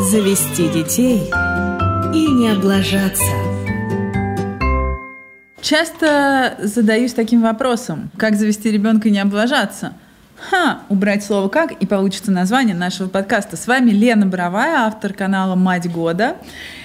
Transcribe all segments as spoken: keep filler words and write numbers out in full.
Завести детей и не облажаться. Часто задаюсь таким вопросом: как завести ребенка и не облажаться? Ха, убрать слово «как» и получится название нашего подкаста. С вами Лена Боровая, автор канала «Мать года»,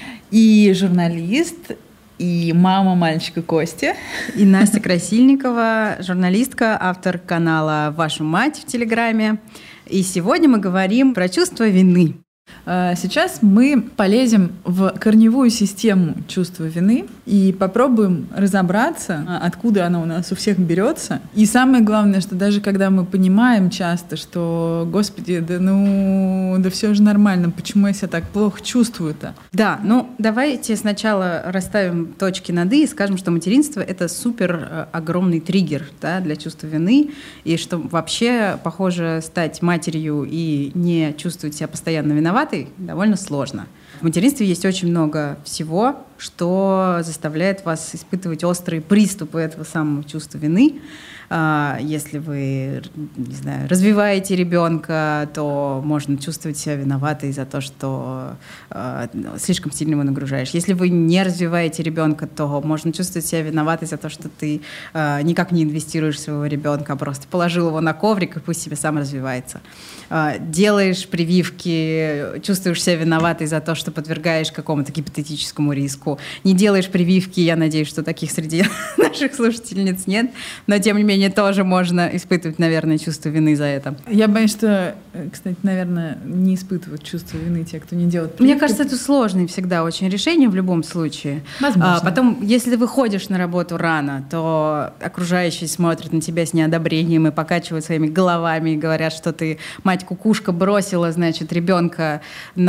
и журналист, и мама мальчика Кости. И Настя Красильникова, журналистка, автор канала «Вашу мать» в Телеграме. И сегодня мы говорим про чувство вины. Сейчас мы полезем в корневую систему чувства вины и попробуем разобраться, откуда она у нас у всех берется. И самое главное, что даже когда мы понимаем часто, что, господи, да ну, да все же нормально, почему я себя так плохо чувствую-то? Да, ну давайте сначала расставим точки над «и» и скажем, что материнство — это супер огромный триггер, да, для чувства вины, и что вообще, похоже, стать матерью и не чувствовать себя постоянно виноватой довольно сложно. В материнстве есть очень много всего, что заставляет вас испытывать острые приступы этого самого чувства вины. Если вы, не знаю, развиваете ребенка, то можно чувствовать себя виноватой за то, что э, слишком сильно его нагружаешь. Если вы не развиваете ребенка, то можно чувствовать себя виноватой за то, что ты э, никак не инвестируешь в своего ребенка, а просто положил его на коврик, и пусть себе сам развивается. Э, делаешь прививки, чувствуешь себя виноватой за то, что подвергаешь какому-то гипотетическому риску. Не делаешь прививки, я надеюсь, что таких среди наших слушательниц нет, но тем не менее тоже можно испытывать, наверное, чувство вины за это. Я боюсь, что, кстати, наверное, не испытывают чувство вины те, кто не делает прививки. Мне кажется, это сложное всегда очень решение в любом случае. Возможно. А, потом, если выходишь на работу рано, то окружающие смотрят на тебя с неодобрением и покачивают своими головами и говорят, что ты, мать-кукушка, бросила, значит, ребенка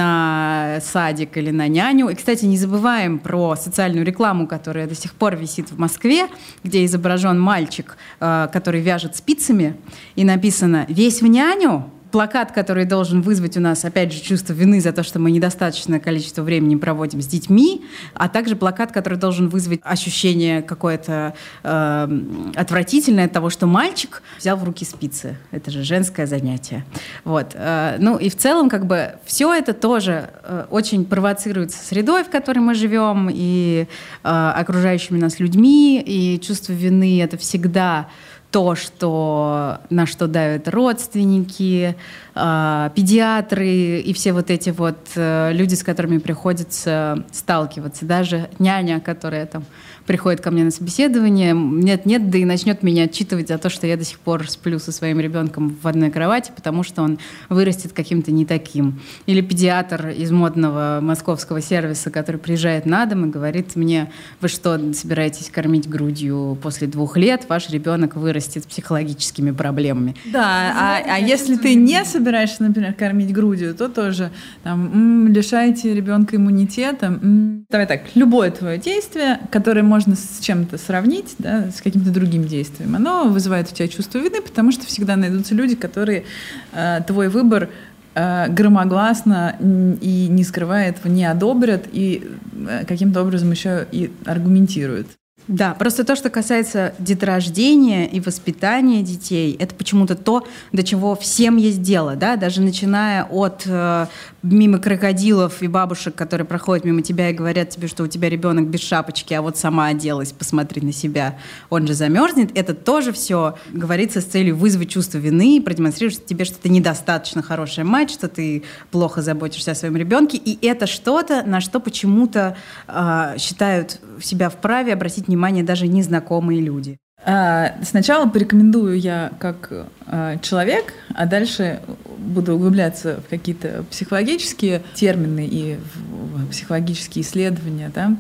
на садик или на няню. И, кстати, не забываем про социальную рекламу, которая до сих пор висит в Москве, где изображен мальчик, который вяжет спицами, и написано «Весь в няню». Плакат, который должен вызвать у нас, опять же, чувство вины за то, что мы недостаточное количество времени проводим с детьми, а также плакат, который должен вызвать ощущение какое-то э, отвратительное от того, что мальчик взял в руки спицы. Это же женское занятие. Вот. Э, ну и в целом, как бы, все это тоже э, очень провоцируется средой, в которой мы живем, и э, окружающими нас людьми, и чувство вины — это всегда то, что, на что давят родственники, э, педиатры и все вот эти вот э, люди, с которыми приходится сталкиваться. Даже няня, которая там приходит ко мне на собеседование, нет-нет, да и начнет меня отчитывать за то, что я до сих пор сплю со своим ребенком в одной кровати, потому что он вырастет каким-то не таким. Или педиатр из модного московского сервиса, который приезжает на дом и говорит мне: вы что, собираетесь кормить грудью после двух лет? Ваш ребенок вырастет с психологическими проблемами. Да, а, а если ты не собираешься, например, кормить грудью, то тоже там, м, лишаете ребенка иммунитета. М. Давай так, любое твое действие, которое можно с чем-то сравнить, да, с каким-то другим действием, оно вызывает у тебя чувство вины, потому что всегда найдутся люди, которые э, твой выбор э, громогласно и не скрывая этого не одобрят и э, каким-то образом еще и аргументируют. Да, просто то, что касается деторождения и воспитания детей, это почему-то то, до чего всем есть дело, да, даже начиная от э, мимо крокодилов и бабушек, которые проходят мимо тебя и говорят тебе, что у тебя ребенок без шапочки, а вот сама оделась, посмотри на себя, он же замерзнет. Это тоже все говорится с целью вызвать чувство вины и продемонстрировать тебе, что ты недостаточно хорошая мать, что ты плохо заботишься о своем ребенке, и это что-то, на что почему-то э, считают себя вправе обратить внимание даже незнакомые люди. Сначала порекомендую я как э, человек, а дальше буду углубляться в какие-то психологические термины и в, в психологические исследования. Да?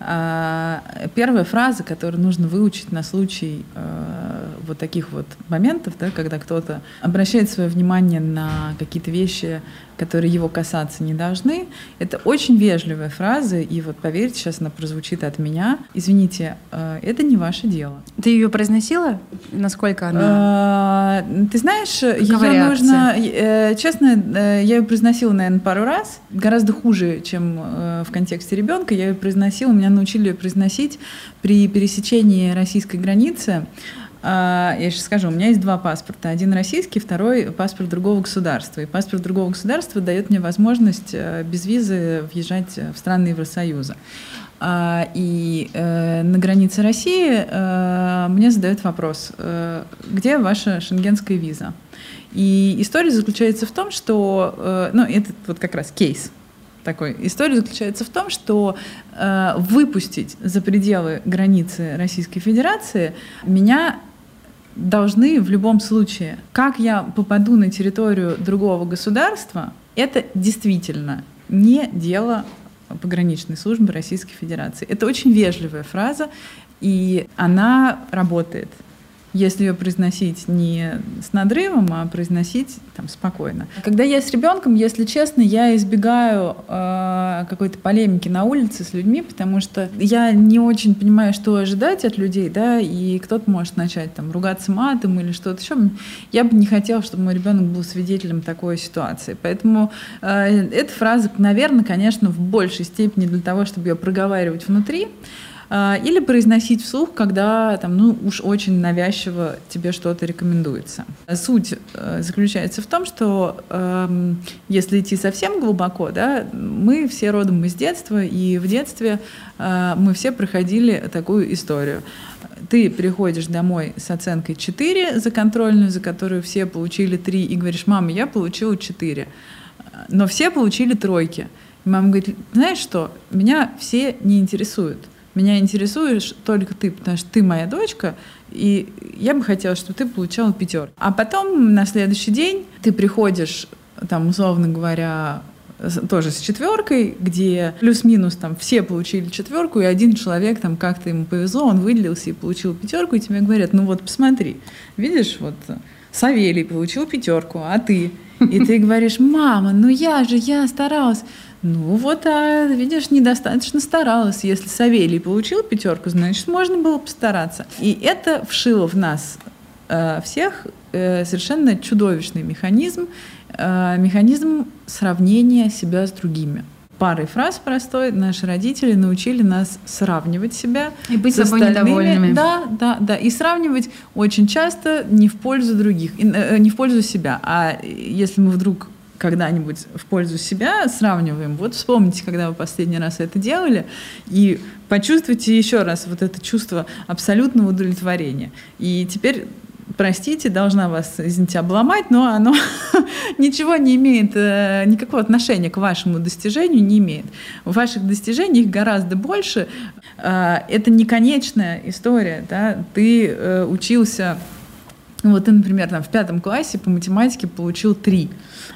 А, первая фраза, которую нужно выучить на случай э, вот таких вот моментов, да, когда кто-то обращает свое внимание на какие-то вещи, которые его касаться не должны, это очень вежливая фраза, и вот поверьте, сейчас она прозвучит от меня. Извините, э, это не ваше дело. Ты ее произносила? Насколько она? Э, ты знаешь, ее нужно... Э, честно, э, я ее произносила, наверное, пару раз, гораздо хуже, чем э, в контексте ребенка. Я ее произносила, меня научили ее произносить при пересечении российской границы. Я сейчас скажу, у меня есть два паспорта. Один российский, второй паспорт другого государства. И паспорт другого государства дает мне возможность без визы въезжать в страны Евросоюза. И на границе России мне задают вопрос, где ваша шенгенская виза? И история заключается в том, что, ну, это вот как раз кейс такой. История заключается в том, что э, выпустить за пределы границы Российской Федерации меня должны в любом случае. Как я попаду на территорию другого государства, это действительно не дело пограничной службы Российской Федерации. Это очень вежливая фраза, и она работает. Если ее произносить не с надрывом, а произносить там, спокойно. Когда я с ребенком, если честно, я избегаю э, какой-то полемики на улице с людьми, потому что я не очень понимаю, что ожидать от людей, да, и кто-то может начать там, ругаться матом или что-то еще. Я бы не хотела, чтобы мой ребенок был свидетелем такой ситуации. Поэтому э, эта фраза, наверное, конечно, в большей степени для того, чтобы ее проговаривать внутри, или произносить вслух, когда там, ну, уж очень навязчиво тебе что-то рекомендуется. Суть заключается в том, что э, если идти совсем глубоко, да, мы все родом из детства, и в детстве э, мы все проходили такую историю. Ты приходишь домой с оценкой четыре за контрольную, за которую все получили три, и говоришь: мама, я получила четыре. Но все получили тройки. И мама говорит: знаешь что, меня все не интересуют. Меня интересуешь только ты, потому что ты моя дочка, и я бы хотела, чтобы ты получала пятерку. А потом на следующий день ты приходишь, там, условно говоря, тоже с четверкой, где плюс-минус там все получили четверку, и один человек, там, как-то ему повезло, он выделился и получил пятерку, и тебе говорят: ну вот посмотри, видишь, вот Савелий получил пятерку, а ты? И ты говоришь: мама, ну я же, я старалась. Ну вот, а видишь, недостаточно старалась. Если Савелий получил пятерку, значит, можно было постараться. И это вшило в нас э, всех э, совершенно чудовищный механизм, э, механизм сравнения себя с другими. Парой фраз простой наши родители научили нас сравнивать себя и быть с собой недовольными. Да, да, да. И сравнивать очень часто не в пользу других, не в пользу себя. А если мы вдруг когда-нибудь в пользу себя сравниваем, вот вспомните, когда вы последний раз это делали, и почувствуйте еще раз вот это чувство абсолютного удовлетворения. И теперь, простите, должна вас, извините, обломать, но оно ничего не имеет, никакого отношения к вашему достижению не имеет. В ваших достижениях гораздо больше. Это не конечная история. Да? Ты учился, вот ты, например, там, в пятом классе по математике получил три,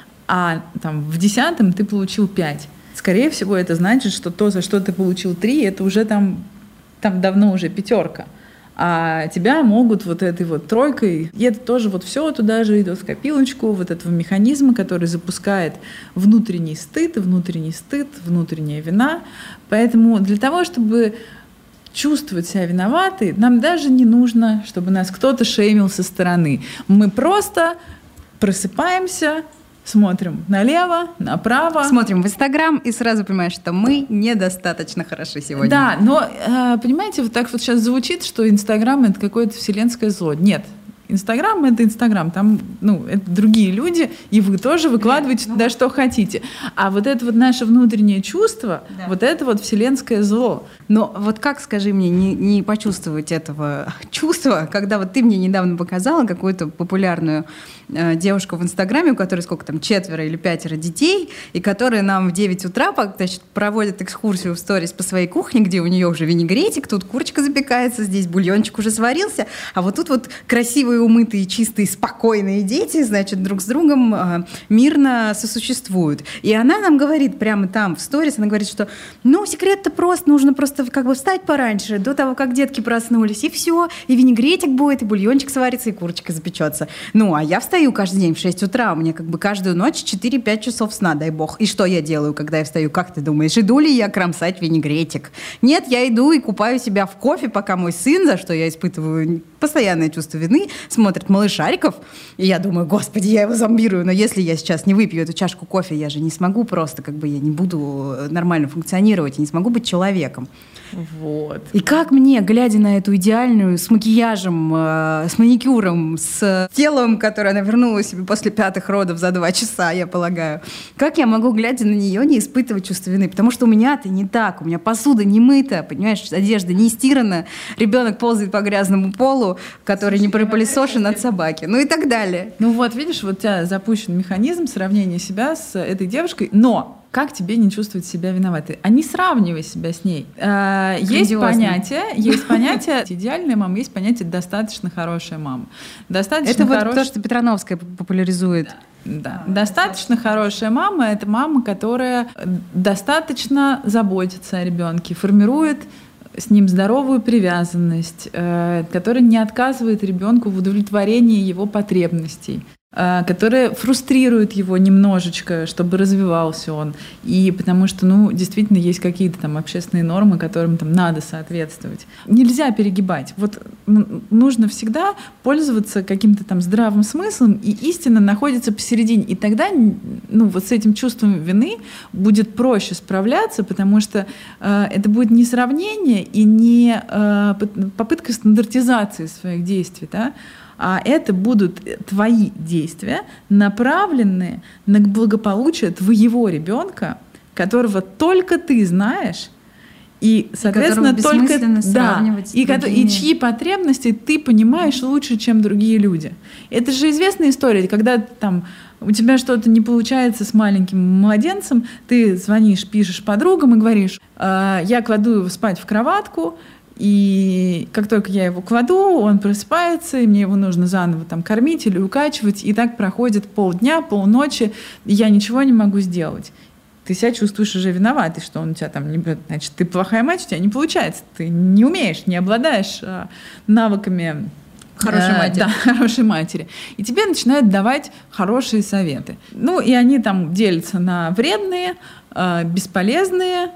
а там, в десятом ты получил пять. Скорее всего, это значит, что то, за что ты получил три, это уже там, там давно уже пятерка. А тебя могут вот этой вот тройкой, и это тоже вот все туда же идет в копилочку вот этого механизма, который запускает внутренний стыд, внутренний стыд, внутренняя вина. Поэтому для того, чтобы чувствовать себя виноватой, нам даже не нужно, чтобы нас кто-то шеймил со стороны. Мы просто просыпаемся, смотрим налево, направо. Смотрим в Инстаграм и сразу понимаешь, что мы недостаточно хороши сегодня. Да, но, понимаете, вот так вот сейчас звучит, что Инстаграм — это какое-то вселенское зло. Нет. Инстаграм — это Инстаграм, там, ну, это другие люди, и вы тоже выкладываете туда, что хотите. А вот это вот наше внутреннее чувство, да. Вот это вот вселенское зло. Но вот как, скажи мне, не, не почувствовать этого чувства, когда вот ты мне недавно показала какую-то популярную э, девушку в Инстаграме, у которой сколько там, четверо или пятеро детей, и которая нам в девять утра, значит, проводит экскурсию в сторис по своей кухне, где у нее уже винегретик, тут курочка запекается, здесь бульончик уже сварился, а вот тут вот красивые, умытые, чистые, спокойные дети, значит, друг с другом э, мирно сосуществуют. И она нам говорит прямо там в сторис, она говорит, что ну, секрет-то прост, нужно просто как бы встать пораньше, до того, как детки проснулись, и все, и винегретик будет, и бульончик сварится, и курочка запечется. Ну, а я встаю каждый день в шесть утра, у меня как бы каждую ночь четыре-пять часов сна, дай бог. И что я делаю, когда я встаю? Как ты думаешь, иду ли я кромсать винегретик? Нет, я иду и купаю себя в кофе, пока мой сын, за что я испытываю постоянное чувство вины, смотрит «Малышариков», и я думаю, господи, я его зомбирую, но если я сейчас не выпью эту чашку кофе, я же не смогу просто, как бы я не буду нормально функционировать, и не смогу быть человеком. Вот. И как мне, глядя на эту идеальную, с макияжем, э, с маникюром, с телом, которое она вернула себе после пятых родов за два часа, я полагаю, как я могу, глядя на нее, не испытывать чувство вины? Потому что у меня-то не так, у меня посуда не мыта, понимаешь, одежда не стирана, ребенок ползает по грязному полу, который не пропылесошен от собаки, ну и так далее. Ну вот, видишь, вот у тебя запущен механизм сравнения себя с этой девушкой, но как тебе не чувствовать себя виноватой? А не сравнивай себя с ней. А, есть понятие, есть понятие идеальная мама, есть понятие достаточно хорошая мама. Достаточно это хорош... вот то, что Петрановская популяризует. Да. Достаточно хорошая мама — это мама, которая достаточно заботится о ребенке, формирует с ним здоровую привязанность, э, которая не отказывает ребенку в удовлетворении его потребностей, э, которая фрустрирует его немножечко, чтобы развивался он. И потому что, ну, действительно, есть какие-то там общественные нормы, которым там надо соответствовать. Нельзя перегибать. Вот нужно всегда пользоваться каким-то там здравым смыслом, и истина находится посередине. И тогда, ну, вот с этим чувством вины будет проще справляться, потому что э, это будет не сравнение и не э, попытка стандартизации своих действий, да? А это будут твои действия, направленные на благополучие твоего ребенка, которого только ты знаешь, и, соответственно, и только да, и, и чьи потребности ты понимаешь лучше, чем другие люди. Это же известная история, когда там у тебя что-то не получается с маленьким младенцем, ты звонишь, пишешь подругам и говоришь: я кладу его спать в кроватку, и как только я его кладу, он просыпается, и мне его нужно заново там кормить или укачивать, и так проходит полдня, полночи, и я ничего не могу сделать. Ты себя чувствуешь уже виноватой, что он у тебя там не... Значит, ты плохая мать, у тебя не получается, ты не умеешь, не обладаешь а, навыками хорошей матери. Да, хорошей матери. И тебе начинают давать хорошие советы. Ну, и они там делятся на вредные, а, бесполезные,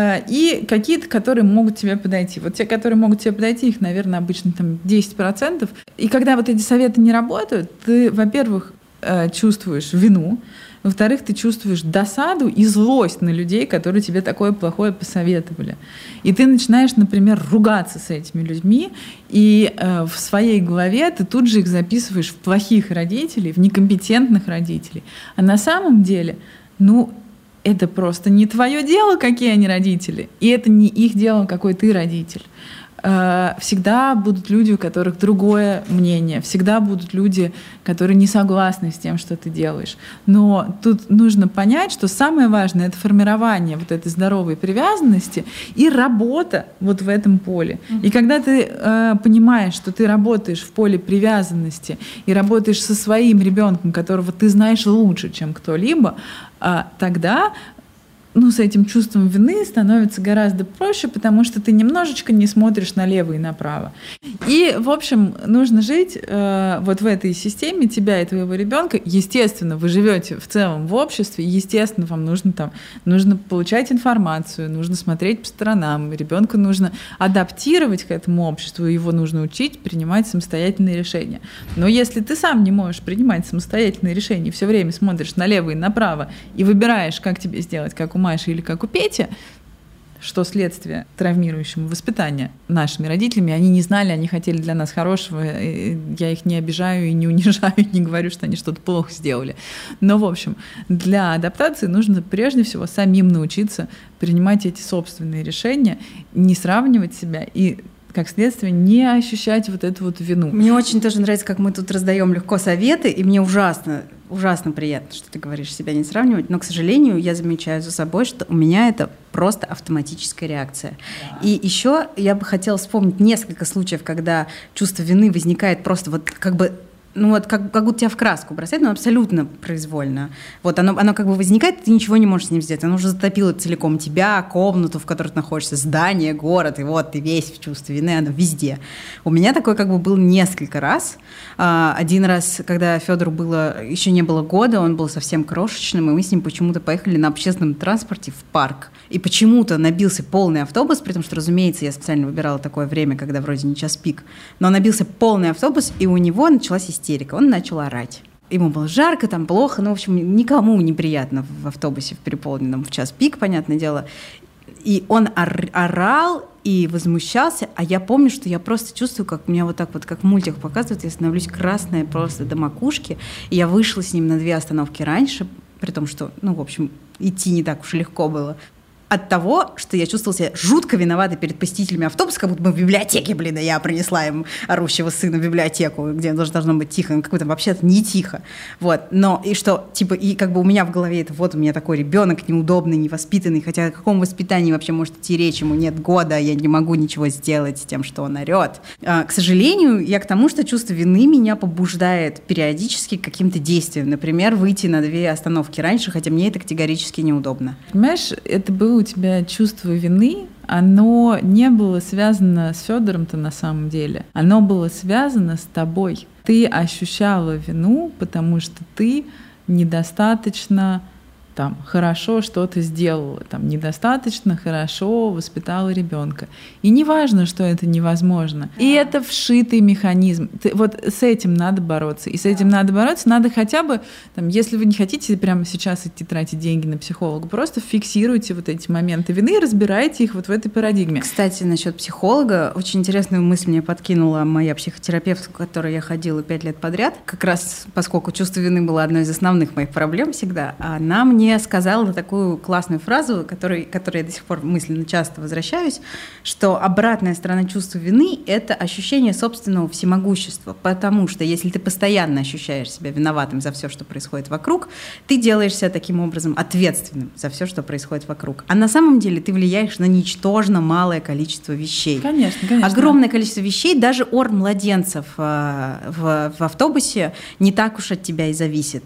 и какие-то, которые могут тебе подойти. Вот те, которые могут тебе подойти, их, наверное, обычно там десять процентов. И когда вот эти советы не работают, ты, во-первых, чувствуешь вину, во-вторых, ты чувствуешь досаду и злость на людей, которые тебе такое плохое посоветовали. И ты начинаешь, например, ругаться с этими людьми, и э, в своей голове ты тут же их записываешь в плохих родителей, в некомпетентных родителей. А на самом деле, ну, это просто не твое дело, какие они родители, и это не их дело, какой ты родитель. Всегда будут люди, у которых другое мнение, всегда будут люди, которые не согласны с тем, что ты делаешь. Но тут нужно понять, что самое важное — это формирование вот этой здоровой привязанности и работа вот в этом поле. Mm-hmm. И когда ты э, понимаешь, что ты работаешь в поле привязанности и работаешь со своим ребенком, которого ты знаешь лучше, чем кто-либо, э, тогда ну, с этим чувством вины становится гораздо проще, потому что ты немножечко не смотришь налево и направо. И, в общем, нужно жить э, вот в этой системе тебя и твоего ребенка. Естественно, вы живете в целом в обществе, естественно, вам нужно, там, нужно получать информацию, нужно смотреть по сторонам, ребенка нужно адаптировать к этому обществу, его нужно учить принимать самостоятельные решения. Но если ты сам не можешь принимать самостоятельные решения, все время смотришь налево и направо и выбираешь, как тебе сделать, как у Маши или как у Пети, что следствие травмирующего воспитания нашими родителями, они не знали, они хотели для нас хорошего, я их не обижаю и не унижаю, и не говорю, что они что-то плохо сделали. Но, в общем, для адаптации нужно прежде всего самим научиться принимать эти собственные решения, не сравнивать себя и, как следствие, не ощущать вот эту вот вину. Мне очень тоже нравится, как мы тут раздаем легко советы, и мне ужасно, ужасно приятно, что ты говоришь, себя не сравнивать, но, к сожалению, я замечаю за собой, что у меня это просто автоматическая реакция. Да. И еще я бы хотела вспомнить несколько случаев, когда чувство вины возникает просто вот как бы ну вот как, как будто тебя в краску бросает, но абсолютно произвольно. Вот оно, оно как бы возникает, ты ничего не можешь с ним сделать. Оно уже затопило целиком тебя, комнату, в которой ты находишься, здание, город, и вот ты весь в чувстве вины, оно везде. У меня такое как бы было несколько раз. Один раз, когда Федору было, еще не было года, он был совсем крошечным, и мы с ним почему-то поехали на общественном транспорте в парк. И почему-то набился полный автобус, при том, что, разумеется, я специально выбирала такое время, когда вроде не час пик, но набился полный автобус, и у него началась истерика. Он начал орать. Ему было жарко, там плохо, ну, в общем, никому неприятно в автобусе в переполненном в час пик, понятное дело. И он ор- орал и возмущался, а я помню, что я просто чувствую, как меня вот так вот, как в мультиках показывают, я становлюсь красная просто до макушки, и я вышла с ним на две остановки раньше, при том, что, ну, в общем, идти не так уж легко было. От того, что я чувствовала себя жутко виноватой перед посетителями автобуса, как будто мы в библиотеке, блин, и я принесла им орущего сына в библиотеку, где должно, должно быть тихо, ну, как бы там вообще-то не тихо. Вот. Но и что, типа, и как бы у меня в голове это вот у меня такой ребенок неудобный, невоспитанный, хотя о каком воспитании вообще может идти речь, ему нет года, я не могу ничего сделать с тем, что он орет. А, к сожалению, я к тому, что чувство вины меня побуждает периодически к каким-то действиям. Например, выйти на две остановки раньше, хотя мне это категорически неудобно. Понимаешь, это было у тебя чувство вины, оно не было связано с Федором-то на самом деле. Оно было связано с тобой. Ты ощущала вину, потому что ты недостаточно там, хорошо что-то сделала, там, недостаточно хорошо воспитала ребенка. И не важно, что это невозможно. И это вшитый механизм. Ты, вот с этим надо бороться. И с этим надо бороться. Надо хотя бы, там, если вы не хотите прямо сейчас идти тратить деньги на психолога, просто фиксируйте вот эти моменты вины и разбирайте их вот в этой парадигме. Кстати, насчет психолога, очень интересную мысль мне подкинула моя психотерапевт, к которой я ходила пять лет подряд. Как раз поскольку чувство вины было одной из основных моих проблем всегда, она мне сказала такую классную фразу, которой, которой я до сих пор мысленно часто возвращаюсь, что обратная сторона чувства вины — это ощущение собственного всемогущества, потому что если ты постоянно ощущаешь себя виноватым за все, что происходит вокруг, ты делаешься таким образом ответственным за все, что происходит вокруг. А на самом деле ты влияешь на ничтожно малое количество вещей. Конечно, конечно. Огромное количество вещей, даже ор младенцев в, в, в автобусе не так уж от тебя и зависит.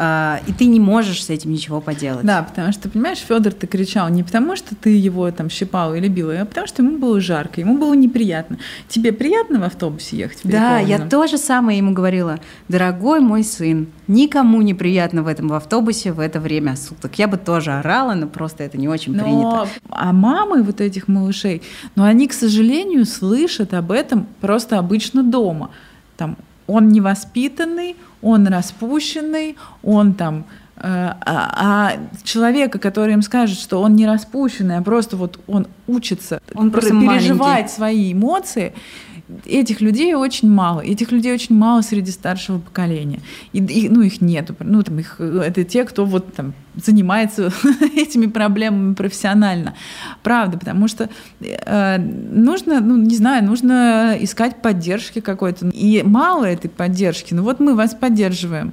И ты не можешь с этим ничего поделать. Да, потому что, понимаешь, Федор-то кричал не потому, что ты его там щипала или била, а потому что ему было жарко, ему было неприятно. Тебе приятно в автобусе ехать? Да, я то же самое ему говорила. Дорогой мой сын, никому не приятно в этом в автобусе в это время суток. Я бы тоже орала, но просто это не очень но, принято. А мамы вот этих малышей, но они, к сожалению, слышат об этом просто обычно дома. Там он невоспитанный, он распущенный, он там... А, а человека, который им скажет, что он не распущенный, а просто вот он учится он просто переживать маленький. Свои эмоции, этих людей очень мало. Этих людей очень мало среди старшего поколения. И, и, ну, их нету. Ну, там, их, это те, кто вот, там, занимается этими проблемами профессионально. Правда, потому что э, нужно, ну, не знаю, нужно искать поддержки какой-то. И мало этой поддержки. Ну вот мы вас поддерживаем.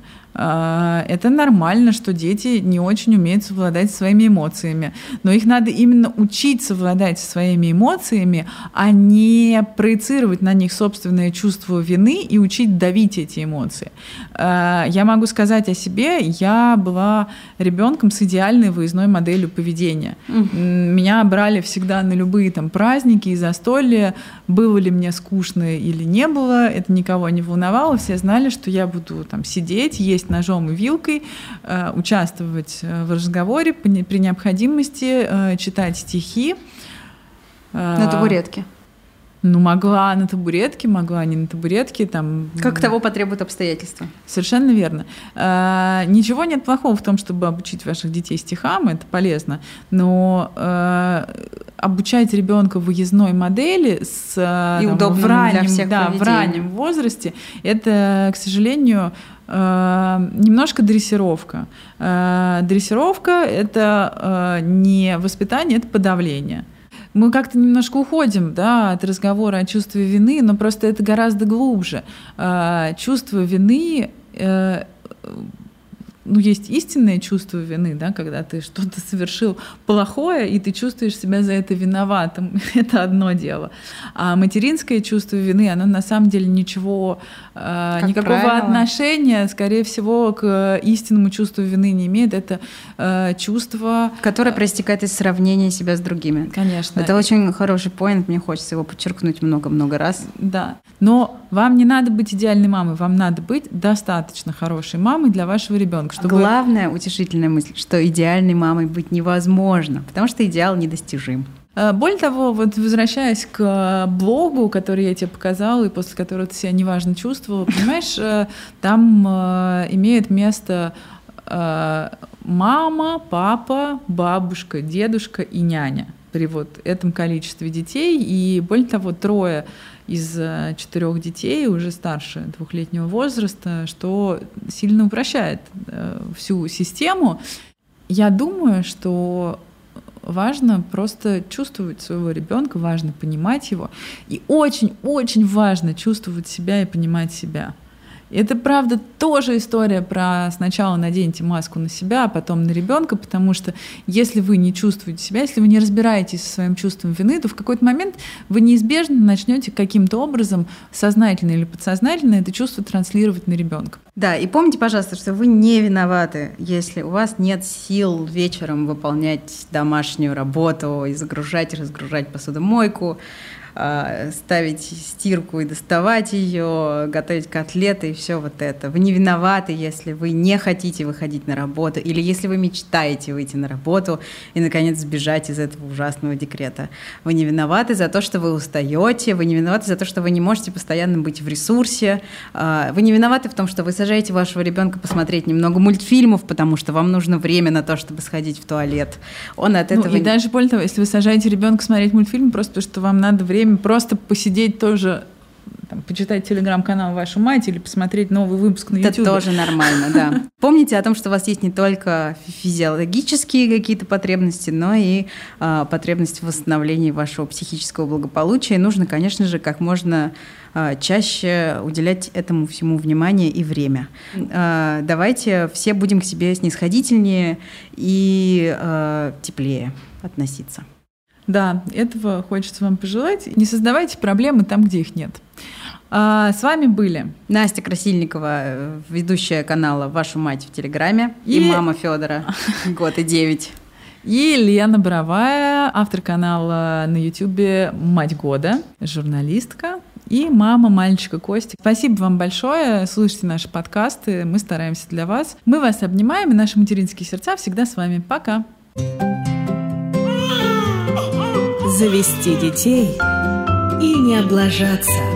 Это нормально, что дети не очень умеют совладать со своими эмоциями. Но их надо именно учить совладать со своими эмоциями, а не проецировать на них собственное чувство вины и учить давить эти эмоции. Я могу сказать о себе, я была ребенком с идеальной выездной моделью поведения. Mm. Меня брали всегда на любые там праздники и застолья. Было ли мне скучно или не было, это никого не волновало. Все знали, что я буду там сидеть, есть ножом и вилкой, э, участвовать в разговоре, при необходимости э, читать стихи. На табуретке? Ну, могла на табуретке, могла не на табуретке. Там... Как того потребуют обстоятельства. Совершенно верно. Э, ничего нет плохого в том, чтобы обучить ваших детей стихам, это полезно, но э, обучать ребенка выездной модели с, и там, удобным в, раннем, для всех да, в раннем возрасте, это, к сожалению, немножко дрессировка. Дрессировка — это не воспитание, это подавление. Мы как-то немножко уходим, да, от разговора о чувстве вины, но просто это гораздо глубже. Чувство вины ну, есть истинное чувство вины, да, когда ты что-то совершил плохое, и ты чувствуешь себя за это виноватым. Это одно дело. А материнское чувство вины, оно на самом деле ничего, э, никакого правило. отношения, скорее всего, к истинному чувству вины не имеет. Это э, чувство... Которое проистекает из сравнения себя с другими. Конечно. Это очень хороший поинт, мне хочется его подчеркнуть много-много раз. Да. Но вам не надо быть идеальной мамой, вам надо быть достаточно хорошей мамой для вашего ребенка. Чтобы... Главная утешительная мысль, что идеальной мамой быть невозможно, потому что идеал недостижим. Более того, вот возвращаясь к блогу, который я тебе показала, и после которого ты себя неважно чувствовала, понимаешь, там имеет место мама, папа, бабушка, дедушка и няня при вот этом количестве детей. И более того, трое из четырех детей уже старше двухлетнего возраста, что сильно упрощает всю систему. Я думаю, что важно просто чувствовать своего ребенка, важно понимать его. И очень-очень важно чувствовать себя и понимать себя. Это, правда, тоже история про сначала наденьте маску на себя, а потом на ребенка, потому что если вы не чувствуете себя, если вы не разбираетесь со своим чувством вины, то в какой-то момент вы неизбежно начнете каким-то образом, сознательно или подсознательно, это чувство транслировать на ребенка. Да, и помните, пожалуйста, что вы не виноваты, если у вас нет сил вечером выполнять домашнюю работу и загружать, разгружать посудомойку, ставить стирку и доставать ее, готовить котлеты и все вот это. Вы не виноваты, если вы не хотите выходить на работу или если вы мечтаете выйти на работу и, наконец, сбежать из этого ужасного декрета. Вы не виноваты за то, что вы устаете, вы не виноваты за то, что вы не можете постоянно быть в ресурсе, вы не виноваты в том, что вы сажаете вашего ребенка посмотреть немного мультфильмов, потому что вам нужно время на то, чтобы сходить в туалет. Он от этого... Ну, и не... даже более того, если вы сажаете ребенка смотреть мультфильм, просто потому что вам надо время просто посидеть тоже, там, почитать телеграм-канал «Вашу мать» или посмотреть новый выпуск на YouTube. Это тоже нормально, да. Помните о том, что у вас есть не только физиологические какие-то потребности, но и э, потребность в восстановлении вашего психического благополучия. И нужно, конечно же, как можно э, чаще уделять этому всему внимание и время. Э, давайте все будем к себе снисходительнее и э, теплее относиться. Да, этого хочется вам пожелать. Не создавайте проблемы там, где их нет. А, с вами были Настя Красильникова, ведущая канала «Вашу мать» в Телеграме, и, и мама Федора, год и девять. И Лена Боровая, автор канала на Ютубе «Мать года», журналистка, и мама мальчика Кости. Спасибо вам большое. Слушайте наши подкасты. Мы стараемся для вас. Мы вас обнимаем, и наши материнские сердца всегда с вами. Пока. Завести детей и не облажаться.